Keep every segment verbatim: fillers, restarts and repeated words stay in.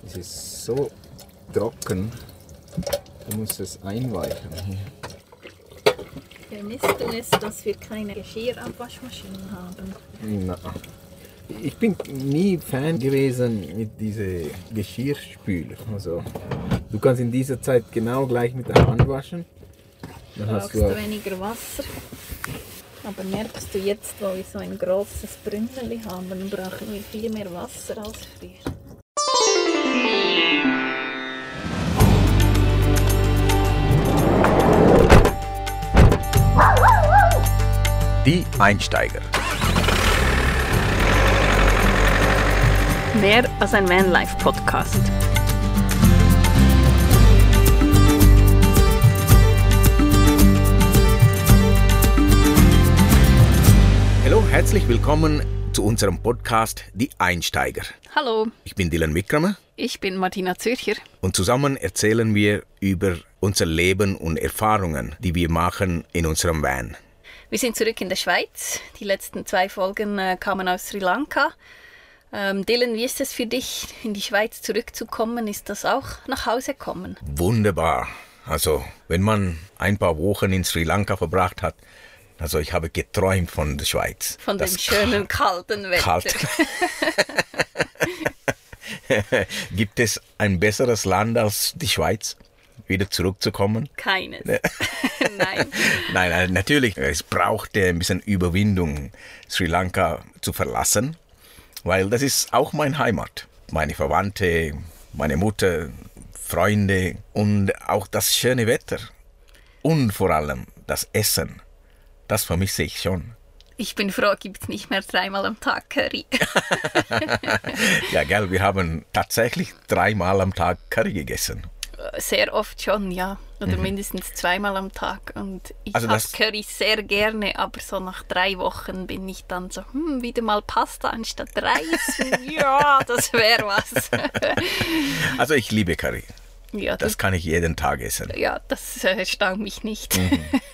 Es ist so trocken, du musst es einweichen. Vermisst du es, dass wir keine Geschirrabwaschmaschinen haben? Na, ich bin nie Fan gewesen mit diesen Geschirrspüler. Also, du kannst in dieser Zeit genau gleich mit der Hand waschen. Dann Du hast brauchst du weniger Wasser. Aber merkst du jetzt, wo wir so ein grosses Brünneli haben, brauchen wir viel mehr Wasser als früher. Die Einsteiger. Mehr als ein Vanlife-Podcast. Hallo, herzlich willkommen zu unserem Podcast Die Einsteiger. Hallo, Ich bin Dylan Wickramer ich bin Martina Zürcher. und zusammen erzählen wir über unser Leben und Erfahrungen, die wir machen in unserem Van. Wir sind zurück in der Schweiz. Die letzten zwei Folgen äh, kamen aus Sri Lanka. Ähm, Dylan, wie ist es für dich, in die Schweiz zurückzukommen? Ist das auch nach Hause kommen? Wunderbar. Also, wenn man ein paar Wochen in Sri Lanka verbracht hat, also ich habe geträumt von der Schweiz. Von dem Das schönen, kalten Wetter. Kalt. Gibt es ein besseres Land als die Schweiz, wieder zurückzukommen? Keines. Nein. Nein, äh, natürlich, es braucht ein bisschen Überwindung, Sri Lanka zu verlassen, weil das ist auch meine Heimat. Meine Verwandte, meine Mutter, Freunde und auch das schöne Wetter. Und vor allem das Essen, das vermisse ich schon. Ich bin froh, gibt es nicht mehr dreimal am Tag Curry. Ja, gell, wir haben tatsächlich dreimal am Tag Curry gegessen. Sehr oft schon, ja. Oder mhm. mindestens zweimal am Tag. Und ich Also habe das- Curry sehr gerne, aber so nach drei Wochen bin ich dann so, hm, wieder mal Pasta anstatt Reis. Ja, das wäre was. Also ich liebe Curry. Ja, Das das, kann ich jeden Tag essen. ja, das äh, staunt mich nicht. Mhm.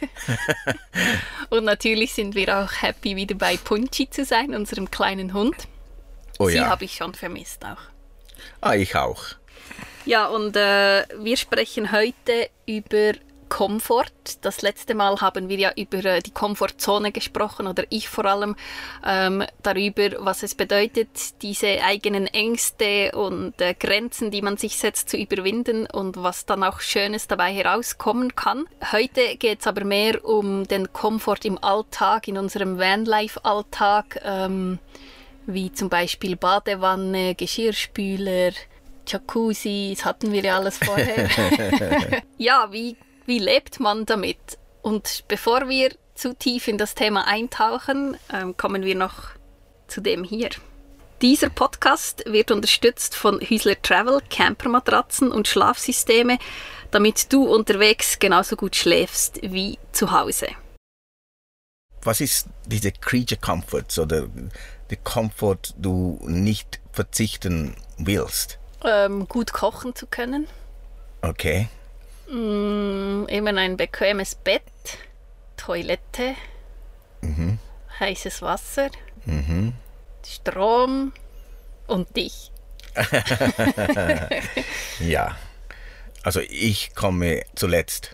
Und natürlich sind wir auch happy, wieder bei Punchi zu sein, unserem kleinen Hund. Oh Sie ja. habe ich schon vermisst auch. Ah, ich auch. Ja, und äh, wir sprechen heute über Komfort. Das letzte Mal haben wir ja über äh, die Komfortzone gesprochen, oder ich vor allem, ähm, darüber, was es bedeutet, diese eigenen Ängste und äh, Grenzen, die man sich setzt, zu überwinden und was dann auch Schönes dabei herauskommen kann. Heute geht es aber mehr um den Komfort im Alltag, in unserem Vanlife-Alltag, ähm, wie zum Beispiel Badewanne, Geschirrspüler, Jacuzzi, das hatten wir ja alles vorher. Ja, wie, wie lebt man damit? Und bevor wir zu tief in das Thema eintauchen, ähm, kommen wir noch zu dem hier. Dieser Podcast wird unterstützt von Hüsler Travel, Campermatratzen und Schlafsysteme, damit du unterwegs genauso gut schläfst wie zu Hause. Was ist diese Creature Comforts oder die Comfort, du nicht verzichten willst? Ähm, gut kochen zu können, Okay. mm, immer ein bequemes Bett, Toilette, Mhm. heißes Wasser, Mhm. Strom und dich. Ja. Also ich komme zuletzt.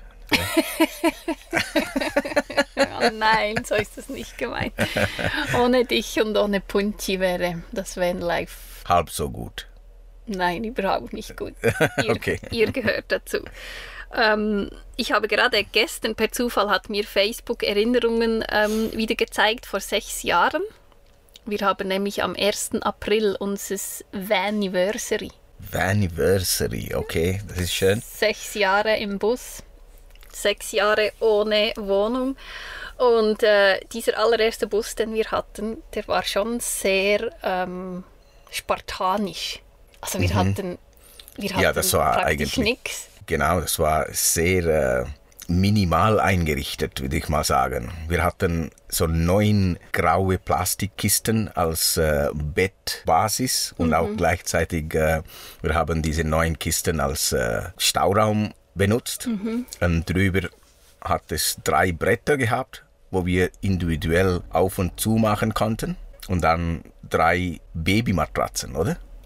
Oh nein, so ist das nicht gemeint. Ohne dich und ohne Punchi wäre das Vanlife, Halb so gut. nein, überhaupt nicht gut. Ihr, Okay. ihr gehört dazu. Ähm, ich habe gerade gestern, per Zufall hat mir Facebook Erinnerungen ähm, wieder gezeigt, vor sechs Jahren. Wir haben nämlich am ersten April unseres Vaniversary. Vaniversary, okay, das ist schön. Sechs Jahre im Bus, sechs Jahre ohne Wohnung. Und äh, dieser allererste Bus, den wir hatten, der war schon sehr ähm, spartanisch. Also wir Mhm. hatten, wir hatten Ja, das war praktisch eigentlich- nichts. Genau, das war sehr äh, minimal eingerichtet, würde ich mal sagen. Wir hatten so neun graue Plastikkisten als äh, Bettbasis und auch gleichzeitig, äh, wir haben diese neun Kisten als äh, Stauraum benutzt. Und drüber hat es drei Bretter gehabt, wo wir individuell auf und zu machen konnten. Und dann drei Babymatratzen, oder?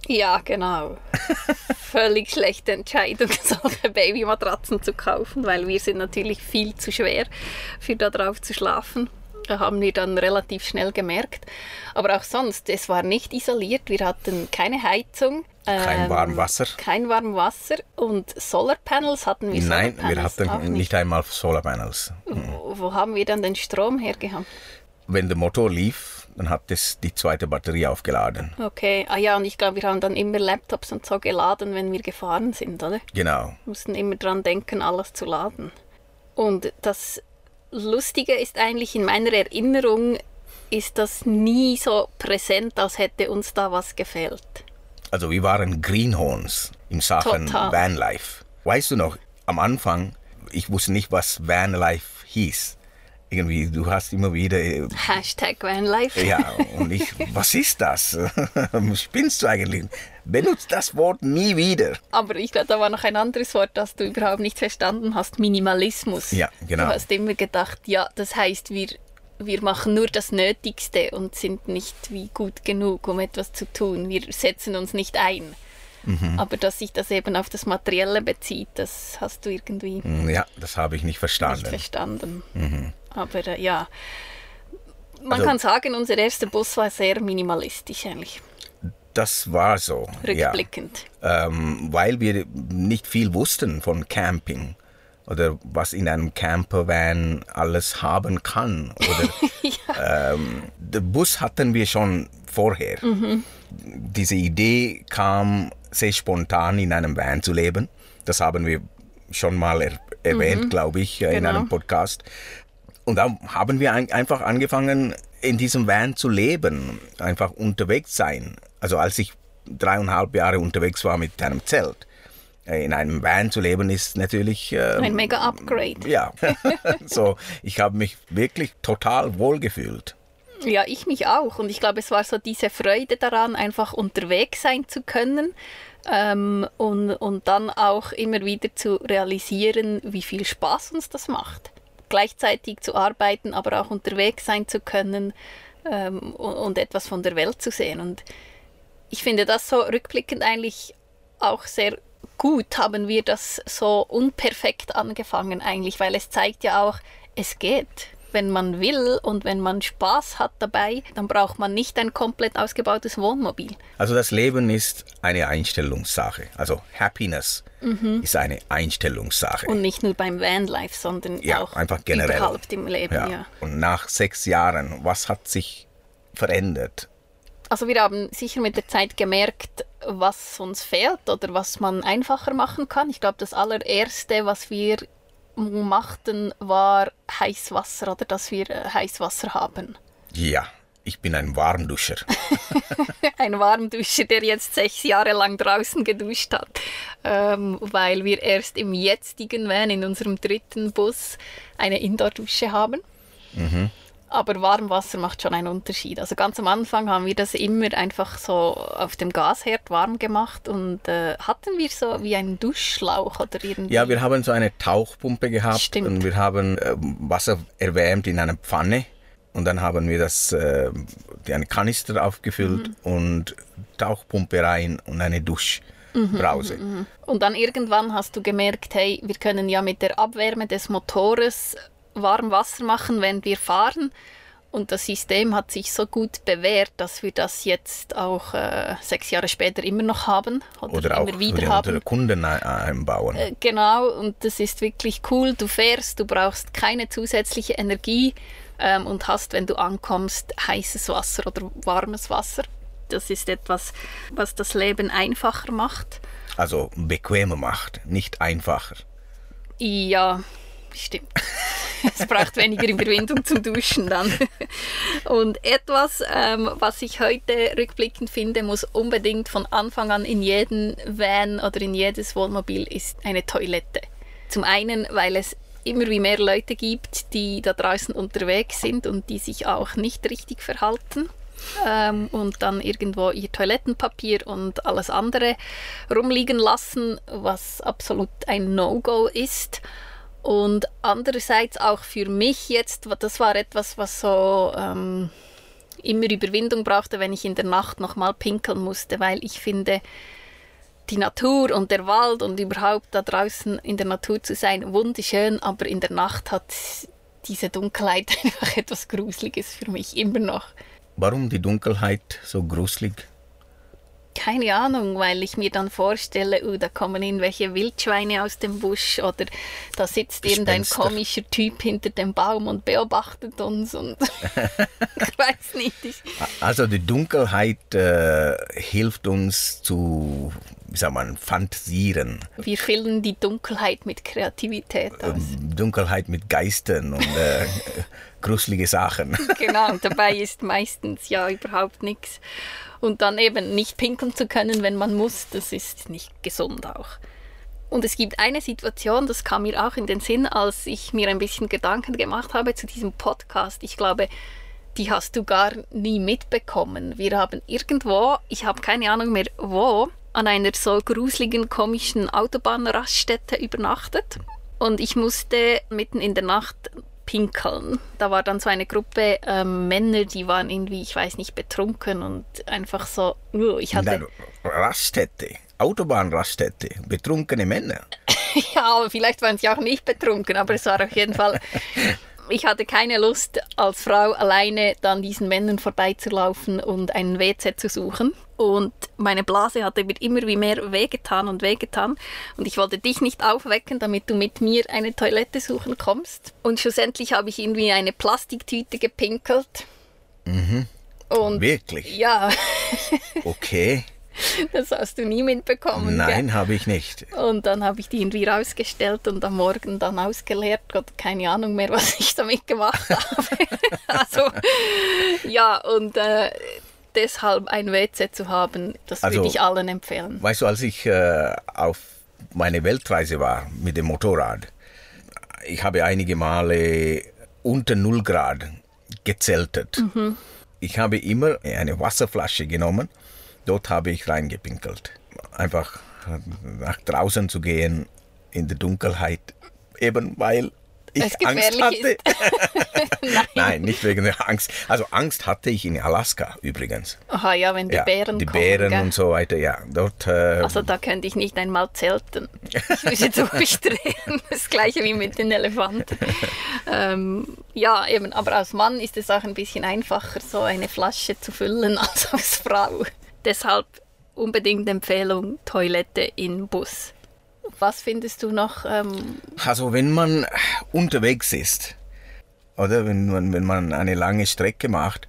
Ja, genau. Völlig schlechte Entscheidung, solche Babymatratzen zu kaufen, weil wir sind natürlich viel zu schwer, für da drauf zu schlafen. Da haben wir dann relativ schnell gemerkt. Aber auch sonst, es war nicht isoliert. Wir hatten keine Heizung. Kein ähm, Warmwasser. Kein Warmwasser. Und Solarpanels hatten wir. Nein, Solarpanels wir hatten auch nicht. nicht einmal Solarpanels. Wo, wo haben wir dann den Strom hergehabt? Wenn der Motor lief, dann hat es die zweite Batterie aufgeladen. Okay, ah ja, und ich glaube, wir haben dann immer Laptops und so geladen, wenn wir gefahren sind, oder? Genau. Wir mussten immer dran denken, alles zu laden. Und das Lustige ist eigentlich, in meiner Erinnerung ist das nie so präsent, als hätte uns da was gefehlt. Also wir waren Greenhorns in Sachen Total. Vanlife. Weißt du noch, am Anfang, ich wusste nicht, was Vanlife hieß. Irgendwie, du hast immer wieder... äh, Hashtag Vanlife. Ja, und ich, was ist das? Spinnst du eigentlich? Benutzt das Wort nie wieder. Aber ich glaube, da war noch ein anderes Wort, das du überhaupt nicht verstanden hast. Minimalismus. Ja, genau. Du hast immer gedacht, ja, das heißt, wir, wir machen nur das Nötigste und sind nicht wie gut genug, um etwas zu tun. Wir setzen uns nicht ein. Mhm. Aber dass sich das eben auf das Materielle bezieht, das hast du irgendwie Ja, das habe ich nicht verstanden. nicht verstanden. Mhm. Aber äh, ja, man Also- kann sagen, unser erster Bus war sehr minimalistisch eigentlich, Das war so. Ja. rückblickend. Ähm, weil wir nicht viel wussten von Camping oder was in einem Campervan alles haben kann. Oder, ähm, den Bus hatten wir schon vorher. Mhm. Diese Idee kam sehr spontan, in einem Van zu leben. Das haben wir schon mal er erwähnt, Mhm. glaube ich, in Genau. einem Podcast. Und dann haben wir ein einfach angefangen, in diesem Van zu leben, einfach unterwegs sein. Also als ich dreieinhalb Jahre unterwegs war mit einem Zelt, äh, in einem Van zu leben ist natürlich... ähm, Ein mega Upgrade. Ja, so, ich habe mich wirklich total wohlgefühlt. Ja, ich mich auch. Und ich glaube, es war so diese Freude daran, einfach unterwegs sein zu können ähm, und, und dann auch immer wieder zu realisieren, wie viel Spaß uns das macht. Gleichzeitig zu arbeiten, aber auch unterwegs sein zu können ähm, und, und etwas von der Welt zu sehen. Und ich finde das so rückblickend eigentlich auch sehr gut, haben wir das so unperfekt angefangen eigentlich, weil es zeigt ja auch, es geht. Wenn man will und wenn man Spaß hat dabei, dann braucht man nicht ein komplett ausgebautes Wohnmobil. Also das Leben ist eine Einstellungssache. Also Happiness Mhm. ist eine Einstellungssache. Und nicht nur beim Vanlife, sondern Ja, auch einfach generell. überhaupt im Leben. Ja. Ja. Und nach sechs Jahren, was hat sich verändert? Also wir haben sicher mit der Zeit gemerkt, was uns fehlt oder was man einfacher machen kann. Ich glaube, das allererste, was wir machten, war Heißwasser, oder dass wir äh, Heißwasser haben. Ja, ich bin ein Warmduscher. Ein Warmduscher, der jetzt sechs Jahre lang draußen geduscht hat, ähm, weil wir erst im jetzigen Van, in unserem dritten Bus, eine Indoor-Dusche haben. Mhm. Aber Warmwasser macht schon einen Unterschied. Also ganz am Anfang haben wir das immer einfach so auf dem Gasherd warm gemacht und äh, hatten wir so wie einen Duschschlauch oder irgendwie. Ja, wir haben so eine Tauchpumpe gehabt. Stimmt. Und wir haben äh, Wasser erwärmt in einer Pfanne und dann haben wir das äh, einen Kanister aufgefüllt Mhm. und Tauchpumpe rein und eine Duschbrause. Mhm. Und dann irgendwann hast du gemerkt, hey, wir können ja mit der Abwärme des Motores warm Wasser machen, wenn wir fahren. Und das System hat sich so gut bewährt, dass wir das jetzt auch äh, sechs Jahre später immer noch haben oder, Oder auch immer für wieder die haben. unsere Kunden ein- einbauen. Äh, Genau, und das ist wirklich cool. Du fährst, du brauchst keine zusätzliche Energie ähm, und hast, wenn du ankommst, heißes Wasser oder warmes Wasser. Das ist etwas, was das Leben einfacher macht. Also bequemer macht, nicht einfacher. Ja, stimmt. Es braucht weniger Überwindung zum Duschen dann. Und etwas, ähm, was ich heute rückblickend finde, muss unbedingt von Anfang an in jeden Van oder in jedes Wohnmobil, ist eine Toilette. Zum einen, weil es immer wie mehr Leute gibt, die da draußen unterwegs sind und die sich auch nicht richtig verhalten. Ähm, und dann irgendwo ihr Toilettenpapier und alles andere rumliegen lassen, was absolut ein No-Go ist. Und andererseits auch für mich jetzt, das war etwas, was so ähm, immer Überwindung brauchte, wenn ich in der Nacht nochmal pinkeln musste, weil ich finde, die Natur und der Wald und überhaupt da draußen in der Natur zu sein, wunderschön, aber in der Nacht hat diese Dunkelheit einfach etwas Gruseliges für mich, immer noch. Warum die Dunkelheit so gruselig? Keine Ahnung, weil ich mir dann vorstelle, uh, da kommen irgendwelche Wildschweine aus dem Busch oder da sitzt irgendein Gespenster. komischer Typ hinter dem Baum und beobachtet uns und ich weiß nicht. Ich Also die Dunkelheit äh, hilft uns zu, wie sagt man, fantasieren. Wir füllen die Dunkelheit mit Kreativität aus. Ähm, Dunkelheit mit Geistern und äh, gruselige Sachen. Genau, und dabei ist meistens ja überhaupt nichts. Und dann eben nicht pinkeln zu können, wenn man muss, das ist nicht gesund auch. Und es gibt eine Situation, das kam mir auch in den Sinn, als ich mir ein bisschen Gedanken gemacht habe zu diesem Podcast. Ich glaube, die hast du gar nie mitbekommen. Wir haben irgendwo, ich habe keine Ahnung mehr wo, an einer so gruseligen, komischen Autobahnraststätte übernachtet. Und ich musste mitten in der Nacht pinkeln. Da war dann so eine Gruppe ähm, Männer, die waren irgendwie, ich weiß nicht, betrunken und einfach so, uh, ich hatte... Nein, Raststätte, Autobahnraststätte, betrunkene Männer. Ja, aber vielleicht waren sie auch nicht betrunken, aber es war auf jeden Fall... Ich hatte keine Lust, als Frau alleine dann diesen Männern vorbeizulaufen und einen W C zu suchen. Und meine Blase hatte mir immer wie mehr wehgetan und wehgetan. Und ich wollte dich nicht aufwecken, damit du mit mir eine Toilette suchen kommst. Und schlussendlich habe ich irgendwie eine Plastiktüte gepinkelt. Mhm. Und wirklich? ja, Okay. das hast du nie mitbekommen. Nein, gell? habe ich nicht. Und dann habe ich die irgendwie rausgestellt und am Morgen dann ausgeleert. Gott, keine Ahnung mehr, was ich damit gemacht habe. Also, ja, und äh, deshalb ein W C zu haben, das Also, würde ich allen empfehlen. Weißt du, als ich äh, auf meine Weltreise war mit dem Motorrad, ich habe einige Male unter null Grad gezeltet. Mhm. Ich habe immer eine Wasserflasche genommen, dort habe ich reingepinkelt. Einfach nach draußen zu gehen in der Dunkelheit, eben weil ich Es Angst gefährlich hatte. Nein. Nein, nicht wegen der Angst. Also Angst hatte ich in Alaska übrigens. Aha, ja, wenn die Ja, Bären die kommen. Bären gell? und so weiter, ja. Dort, äh, Also da könnte ich nicht einmal zelten. Ich würde durchdrehen. Das gleiche wie mit den Elefanten. Ähm, ja, eben, aber als Mann ist es auch ein bisschen einfacher, so eine Flasche zu füllen als als Frau. Deshalb unbedingt Empfehlung, Toilette in Bus. Was findest du noch? Ähm, Also wenn man unterwegs ist, oder wenn man, wenn man eine lange Strecke macht,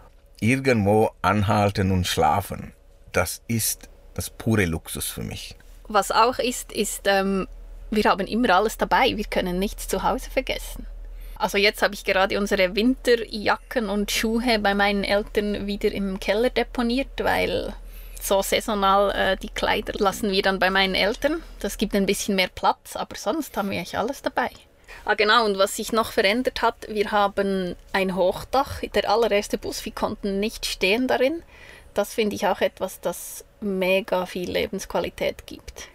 irgendwo anhalten und schlafen, das ist das pure Luxus für mich. was auch ist, ist, ähm, wir haben immer alles dabei. Wir können nichts zu Hause vergessen. Also jetzt habe ich gerade unsere Winterjacken und Schuhe bei meinen Eltern wieder im Keller deponiert, weil so saisonal äh, die Kleider lassen wir dann bei meinen Eltern. Das gibt ein bisschen mehr Platz, aber sonst haben wir eigentlich alles dabei. Ah genau, und was sich noch verändert hat, wir haben ein Hochdach. Der allererste Bus, wir konnten nicht stehen darin. Das finde ich auch etwas, das mega viel Lebensqualität gibt.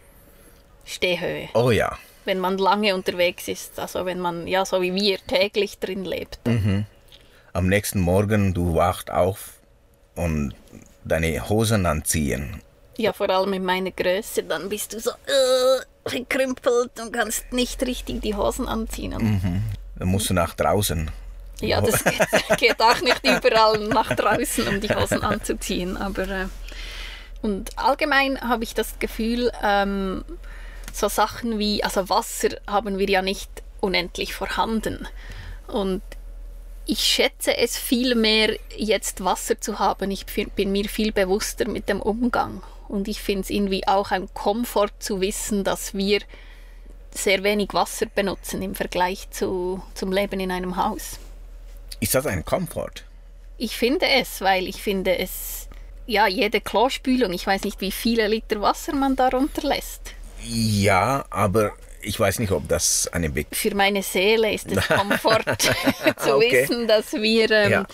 Stehhöhe. Oh ja. Wenn man lange unterwegs ist, also wenn man, ja, so wie wir, täglich drin lebt. Mhm. Am nächsten Morgen, du wachst auf und deine Hosen anziehen. Ja, vor allem in meiner Größe, dann bist du so äh, gekrümpelt und kannst nicht richtig die Hosen anziehen. Mhm. Dann musst du nach draußen. Ja, das geht, geht auch nicht überall nach draußen, um die Hosen anzuziehen. Aber, äh, und allgemein habe ich das Gefühl, ähm, so Sachen wie, also Wasser haben wir ja nicht unendlich vorhanden. Und ich schätze es viel mehr, jetzt Wasser zu haben. Ich bin mir viel bewusster mit dem Umgang. Und ich finde es irgendwie auch ein Komfort zu wissen, dass wir sehr wenig Wasser benutzen im Vergleich zu, zum Leben in einem Haus. Ist das ein Komfort? Ich finde es, weil ich finde es, ja, jede Klospülung, ich weiß nicht, wie viele Liter Wasser man darunter lässt. Ja, aber ich weiß nicht, ob das eine Be Für meine Seele ist es Komfort zu Okay. wissen, dass wir ähm, Ja.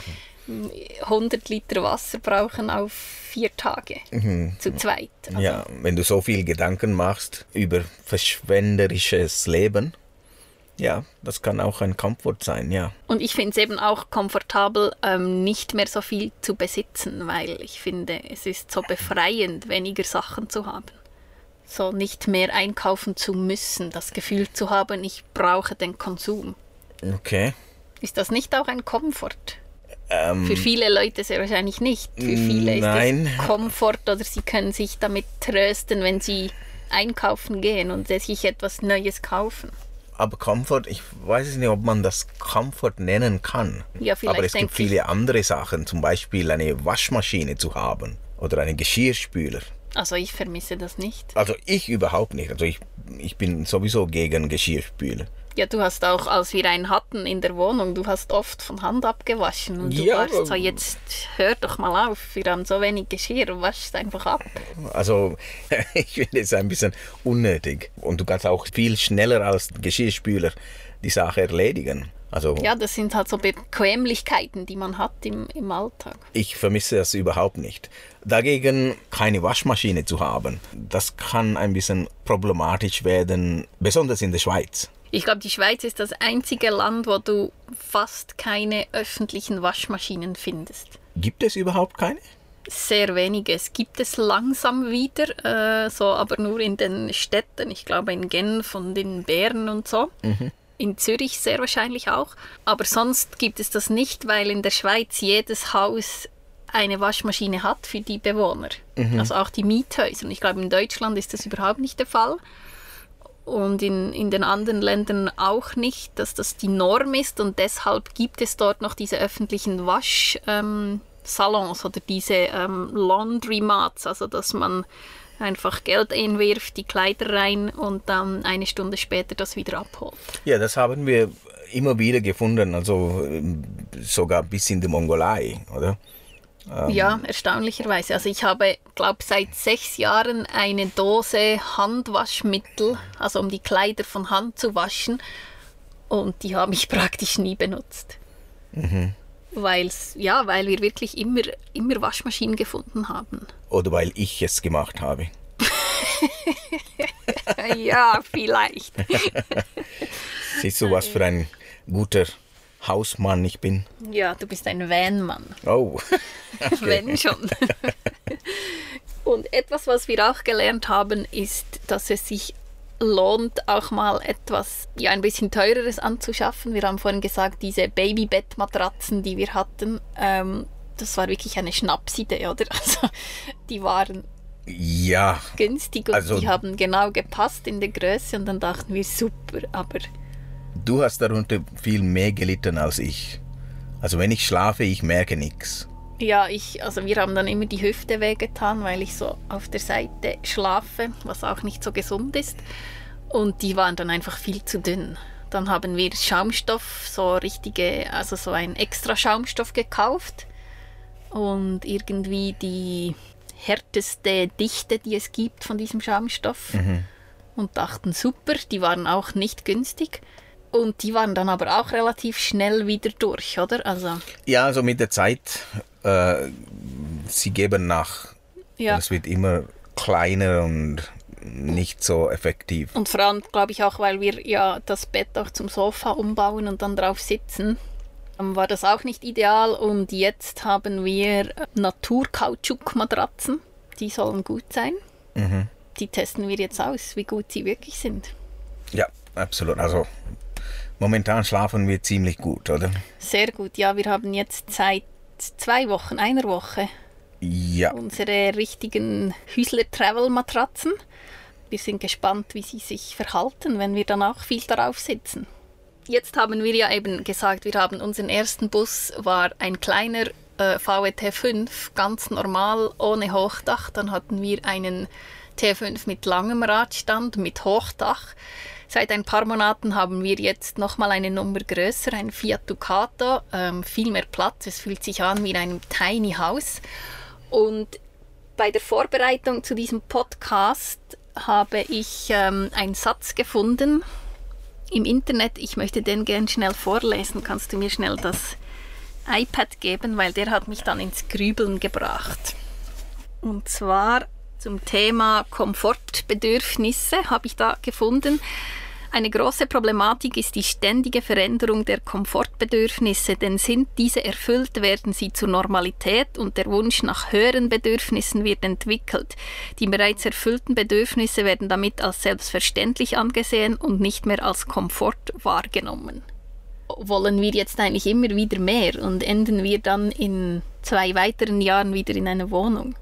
hundert Liter Wasser brauchen auf vier Tage, Mhm. zu zweit. Also, Ja, wenn du so viel Gedanken machst über verschwenderisches Leben, Ja, das kann auch ein Komfort sein, ja. Und ich finde es eben auch komfortabel, ähm, nicht mehr so viel zu besitzen, weil ich finde, es ist so befreiend, weniger Sachen zu haben. So nicht mehr einkaufen zu müssen, das Gefühl zu haben, ich brauche den Konsum. Okay. Ist das nicht auch ein Komfort? Ähm, Für viele Leute sehr wahrscheinlich nicht. Für viele nein. ist es Komfort oder sie können sich damit trösten, wenn sie einkaufen gehen und sich etwas Neues kaufen. Aber Komfort, ich weiß nicht, ob man das Komfort nennen kann. Ja, vielleicht aber es gibt denke viele ich- andere Sachen, zum Beispiel eine Waschmaschine zu haben oder einen Geschirrspüler. Also ich vermisse das nicht. Also ich überhaupt nicht. Also ich, ich bin sowieso gegen Geschirrspüler. Ja, du hast auch, als wir einen hatten in der Wohnung, du hast oft von Hand abgewaschen. Und du Ja, warst so, aber- jetzt hör doch mal auf, wir haben so wenig Geschirr, wasch einfach ab. Also ich finde es ein bisschen unnötig. Und du kannst auch viel schneller als Geschirrspüler die Sache erledigen. Also Ja, das sind halt so Bequemlichkeiten, die man hat im, im Alltag. ich vermisse das überhaupt nicht. Dagegen keine Waschmaschine zu haben, das kann ein bisschen problematisch werden, besonders in der Schweiz. Ich glaube, die Schweiz ist das einzige Land, wo du fast keine öffentlichen Waschmaschinen findest. Gibt es überhaupt keine? Sehr wenige. Es gibt es langsam wieder, äh, so, aber nur in den Städten. Ich glaube in Genf und in Bern und so. Mhm. In Zürich sehr wahrscheinlich auch. Aber sonst gibt es das nicht, weil in der Schweiz jedes Haus eine Waschmaschine hat für die Bewohner. Mhm. Also auch die Miethäuser. Und ich glaube, in Deutschland ist das überhaupt nicht der Fall. Und in, in den anderen Ländern auch nicht, dass das die Norm ist. Und deshalb gibt es dort noch diese öffentlichen Waschsalons oder diese ähm, Laundromats, also dass man einfach Geld einwirft, die Kleider rein und dann eine Stunde später das wieder abholt. Ja, das haben wir immer wieder gefunden, also ähm, sogar bis in die Mongolei, oder? Ja, erstaunlicherweise. Also ich habe, glaube seit sechs Jahren eine Dose Handwaschmittel, also um die Kleider von Hand zu waschen. Und die habe ich praktisch nie benutzt. Mhm. Weil's, ja, weil wir wirklich immer, immer Waschmaschinen gefunden haben. Oder weil ich es gemacht habe. Ja, vielleicht. Siehst du, was für ein guter Hausmann ich bin? Ja, du bist ein Van-Mann. Oh, Wenn schon. Und etwas, was wir auch gelernt haben, ist, dass es sich lohnt, auch mal etwas, ja, ein bisschen Teureres anzuschaffen. Wir haben vorhin gesagt, diese Babybettmatratzen, die wir hatten, ähm, das war wirklich eine Schnapsidee, oder? Also, die waren ja, günstig und Also- die haben genau gepasst in der Größe und dann dachten wir, super, aber du hast darunter viel mehr gelitten als ich. Also wenn ich schlafe, ich merke nichts. ja, ich, also wir haben dann immer die Hüfte wehgetan, weil ich so auf der Seite schlafe, was auch nicht so gesund ist. Und die waren dann einfach viel zu dünn. Dann haben wir Schaumstoff, so richtige, also so ein extra Schaumstoff gekauft. Und irgendwie die härteste Dichte, die es gibt von diesem Schaumstoff. Und dachten, super, die waren auch nicht günstig. Und die waren dann aber auch relativ schnell wieder durch, oder? Also, Ja, also mit der Zeit, äh, sie geben nach. ja. Es wird immer kleiner und nicht so effektiv. Und vor allem, glaube ich, auch, weil wir ja das Bett auch zum Sofa umbauen und dann drauf sitzen, ähm, war das auch nicht ideal. Und jetzt haben wir Naturkautschuk-Matratzen. Die sollen gut sein. Mhm. Die testen wir jetzt aus, wie gut sie wirklich sind. Ja, absolut. Also momentan schlafen wir ziemlich gut, oder? Sehr gut. Ja, wir haben jetzt seit zwei Wochen, einer Woche, Ja. unsere richtigen Hüsler-Travel-Matratzen. Wir sind gespannt, wie sie sich verhalten, wenn wir dann auch viel darauf sitzen. Jetzt haben wir ja eben gesagt, wir haben unseren ersten Bus, war ein kleiner äh, V E T fünf, ganz normal, ohne Hochdach. Dann hatten wir einen T fünf mit langem Radstand, mit Hochdach. Seit ein paar Monaten haben wir jetzt nochmal eine Nummer größer, ein Fiat Ducato, ähm, viel mehr Platz. Es fühlt sich an wie in einem Tiny House. Und bei der Vorbereitung zu diesem Podcast habe ich ähm, einen Satz gefunden im Internet. Ich möchte den gerne schnell vorlesen. Kannst du mir schnell das iPad geben, weil der hat mich dann ins Grübeln gebracht. Und zwar zum Thema Komfortbedürfnisse habe ich da gefunden Eine große Problematik ist die ständige Veränderung der Komfortbedürfnisse, denn sind diese erfüllt, werden sie zur Normalität und der Wunsch nach höheren Bedürfnissen wird entwickelt. Die bereits erfüllten Bedürfnisse werden damit als selbstverständlich angesehen und nicht mehr als Komfort wahrgenommen. Wollen wir jetzt eigentlich immer wieder mehr und enden wir dann in zwei weiteren Jahren wieder in einer Wohnung?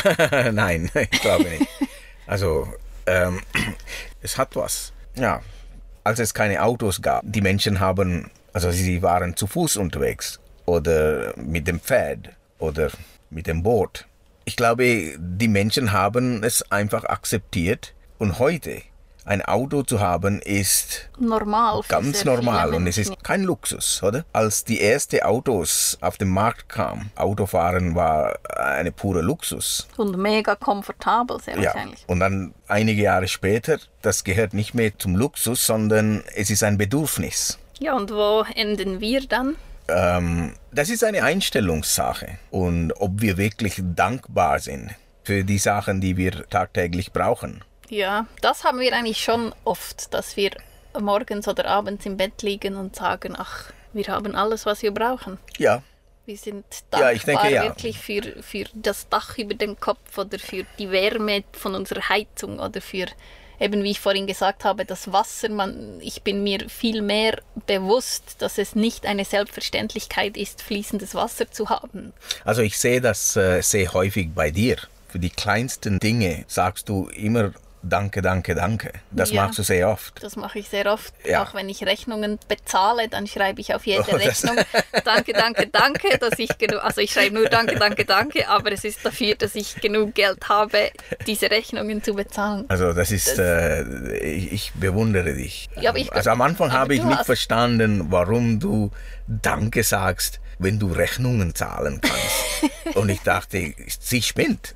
Nein, ich glaube nicht. Also, ähm, es hat was. Ja, als es keine Autos gab, die Menschen haben, also sie waren zu Fuß unterwegs oder mit dem Pferd oder mit dem Boot. Ich glaube, die Menschen haben es einfach akzeptiert und heute ein Auto zu haben ist normal, ganz normal und es ist kein Luxus, oder? Als die ersten Autos auf den Markt kamen, Autofahren war eine pure Luxus. Und mega komfortabel, sehr ja. wahrscheinlich. Und dann einige Jahre später, das gehört nicht mehr zum Luxus, sondern es ist ein Bedürfnis. Ja, und wo enden wir dann? Ähm, das ist eine Einstellungssache und ob wir wirklich dankbar sind für die Sachen, die wir tagtäglich brauchen. Ja, das haben wir eigentlich schon oft, dass wir morgens oder abends im Bett liegen und sagen, ach, wir haben alles, was wir brauchen. Ja. Wir sind dankbar ja, ich denke, ja. wirklich für, für das Dach über dem Kopf oder für die Wärme von unserer Heizung oder für, eben wie ich vorhin gesagt habe, das Wasser. Man, ich bin mir viel mehr bewusst, dass es nicht eine Selbstverständlichkeit ist, fließendes Wasser zu haben. Also ich sehe das äh, sehr häufig bei dir. Für die kleinsten Dinge sagst du immer Danke, danke, danke. Das ja, machst du sehr oft. Das mache ich sehr oft. Ja. Auch wenn ich Rechnungen bezahle, dann schreibe ich auf jede oh, Rechnung Danke, danke, danke, dass ich genug, also ich schreibe nur Danke, danke, danke, aber es ist dafür, dass ich genug Geld habe, diese Rechnungen zu bezahlen. Also das ist, das, äh, ich, ich bewundere dich. Ja, aber ich, also am Anfang habe ich nicht hast... verstanden, warum du Danke sagst, wenn du Rechnungen zahlen kannst. Und ich dachte, sie spinnt.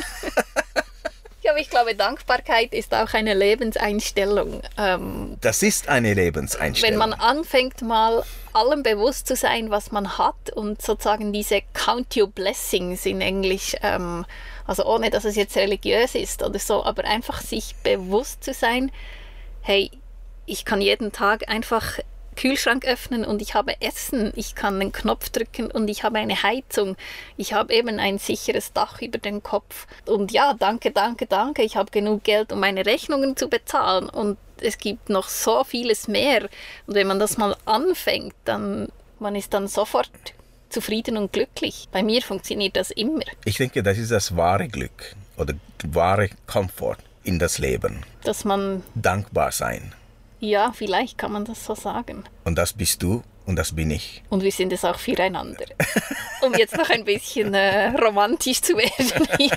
Ja, aber ich glaube, Dankbarkeit ist auch eine Lebenseinstellung. Ähm, das ist eine Lebenseinstellung. Wenn man anfängt, mal allem bewusst zu sein, was man hat und sozusagen diese Count Your Blessings in Englisch, ähm, also ohne, dass es jetzt religiös ist oder so, aber einfach sich bewusst zu sein, hey, ich kann jeden Tag einfach Kühlschrank öffnen und ich habe Essen, ich kann den Knopf drücken und ich habe eine Heizung, ich habe eben ein sicheres Dach über den Kopf und ja, danke, danke, danke, ich habe genug Geld, um meine Rechnungen zu bezahlen und es gibt noch so vieles mehr und wenn man das mal anfängt, dann man ist dann sofort zufrieden und glücklich. Bei mir funktioniert das immer. Ich denke, das ist das wahre Glück oder wahre Komfort in das Leben. Dass man dankbar sein. Ja, vielleicht kann man das so sagen. Und das bist du und das bin ich. Und wir sind es auch füreinander. Um jetzt noch ein bisschen äh, romantisch zu werden hier.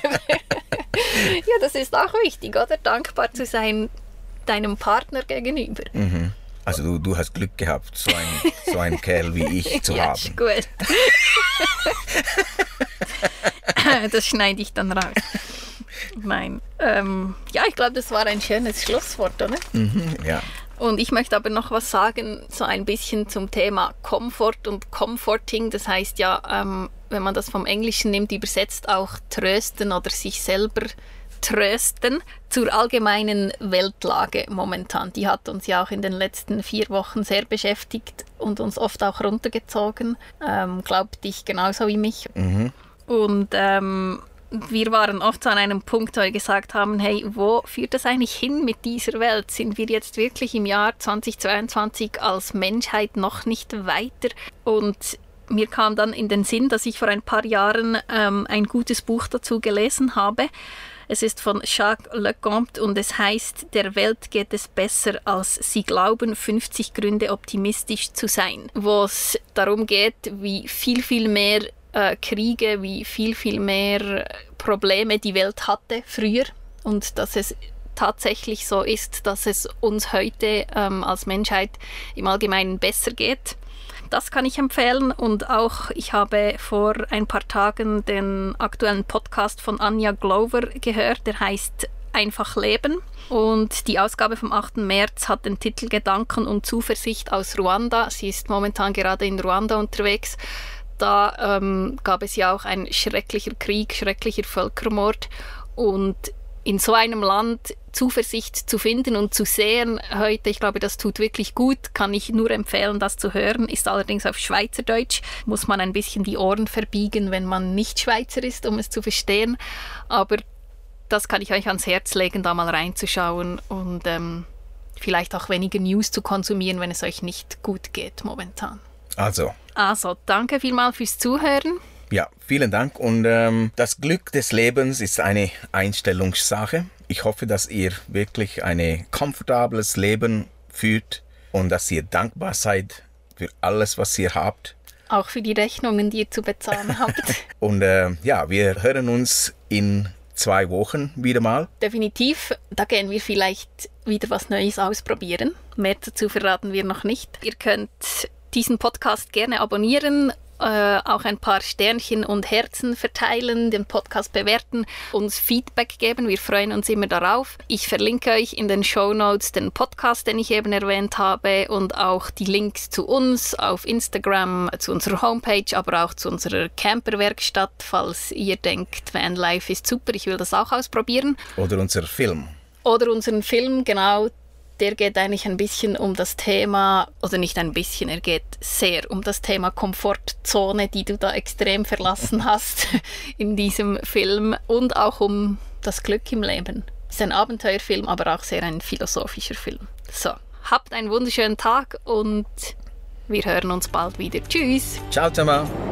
Ja, das ist auch wichtig, oder? Dankbar zu sein deinem Partner gegenüber. Mhm. Also du, du hast Glück gehabt, so ein, so einen Kerl wie ich zu ja, haben. Ist gut. Das schneide ich dann raus. Nein. Ähm, ja, ich glaube, das war ein schönes Schlusswort, oder? Mhm, ja. Und ich möchte aber noch was sagen, so ein bisschen zum Thema Comfort und Comforting. Das heißt ja, ähm, wenn man das vom Englischen nimmt, übersetzt auch trösten oder sich selber trösten. Zur allgemeinen Weltlage momentan. Die hat uns ja auch in den letzten vier Wochen sehr beschäftigt und uns oft auch runtergezogen. Ähm, glaubt dich genauso wie mich. Mhm. Und ähm, wir waren oft so an einem Punkt, wo wir gesagt haben, hey, wo führt das eigentlich hin mit dieser Welt? Sind wir jetzt wirklich im Jahr zweitausendzweiundzwanzig als Menschheit noch nicht weiter? Und mir kam dann in den Sinn, dass ich vor ein paar Jahren ähm, ein gutes Buch dazu gelesen habe. Es ist von Jacques Lecomte und es heißt, der Welt geht es besser, als sie glauben, fünfzig Gründe optimistisch zu sein. Wo es darum geht, wie viel, viel mehr äh, Kriege, wie viel, viel mehr Probleme die Welt hatte früher und dass es tatsächlich so ist, dass es uns heute ähm, als Menschheit im Allgemeinen besser geht. Das kann ich empfehlen und auch ich habe vor ein paar Tagen den aktuellen Podcast von Anja Glover gehört, der heißt Einfach Leben und die Ausgabe vom achten März hat den Titel Gedanken und Zuversicht aus Ruanda. Sie ist momentan gerade in Ruanda unterwegs. Da ähm, gab es ja auch ein schrecklicher Krieg, schrecklicher Völkermord und in so einem Land Zuversicht zu finden und zu sehen heute, ich glaube, das tut wirklich gut, kann ich nur empfehlen, das zu hören, ist allerdings auf Schweizerdeutsch, muss man ein bisschen die Ohren verbiegen, wenn man nicht Schweizer ist, um es zu verstehen, aber das kann ich euch ans Herz legen, da mal reinzuschauen und ähm, vielleicht auch weniger News zu konsumieren, wenn es euch nicht gut geht momentan. Also. Also, danke vielmals fürs Zuhören. Ja, vielen Dank. Und ähm, das Glück des Lebens ist eine Einstellungssache. Ich hoffe, dass ihr wirklich ein komfortables Leben führt und dass ihr dankbar seid für alles, was ihr habt. Auch für die Rechnungen, die ihr zu bezahlen habt. Und äh, ja, wir hören uns in zwei Wochen wieder mal. Definitiv. Da gehen wir vielleicht wieder was Neues ausprobieren. Mehr dazu verraten wir noch nicht. Ihr könnt diesen Podcast gerne abonnieren, äh, auch ein paar Sternchen und Herzen verteilen, den Podcast bewerten, uns Feedback geben. Wir freuen uns immer darauf. Ich verlinke euch in den Shownotes den Podcast, den ich eben erwähnt habe, und auch die Links zu uns auf Instagram, zu unserer Homepage, aber auch zu unserer Camperwerkstatt, falls ihr denkt, Vanlife ist super, ich will das auch ausprobieren. Oder unser Film. Oder unseren Film, genau. Der geht eigentlich ein bisschen um das Thema, oder nicht ein bisschen, er geht sehr um das Thema Komfortzone, die du da extrem verlassen hast in diesem Film, und auch um das Glück im Leben. Es ist ein Abenteuerfilm, aber auch sehr ein philosophischer Film. So, habt einen wunderschönen Tag und wir hören uns bald wieder. Tschüss! Ciao zusammen!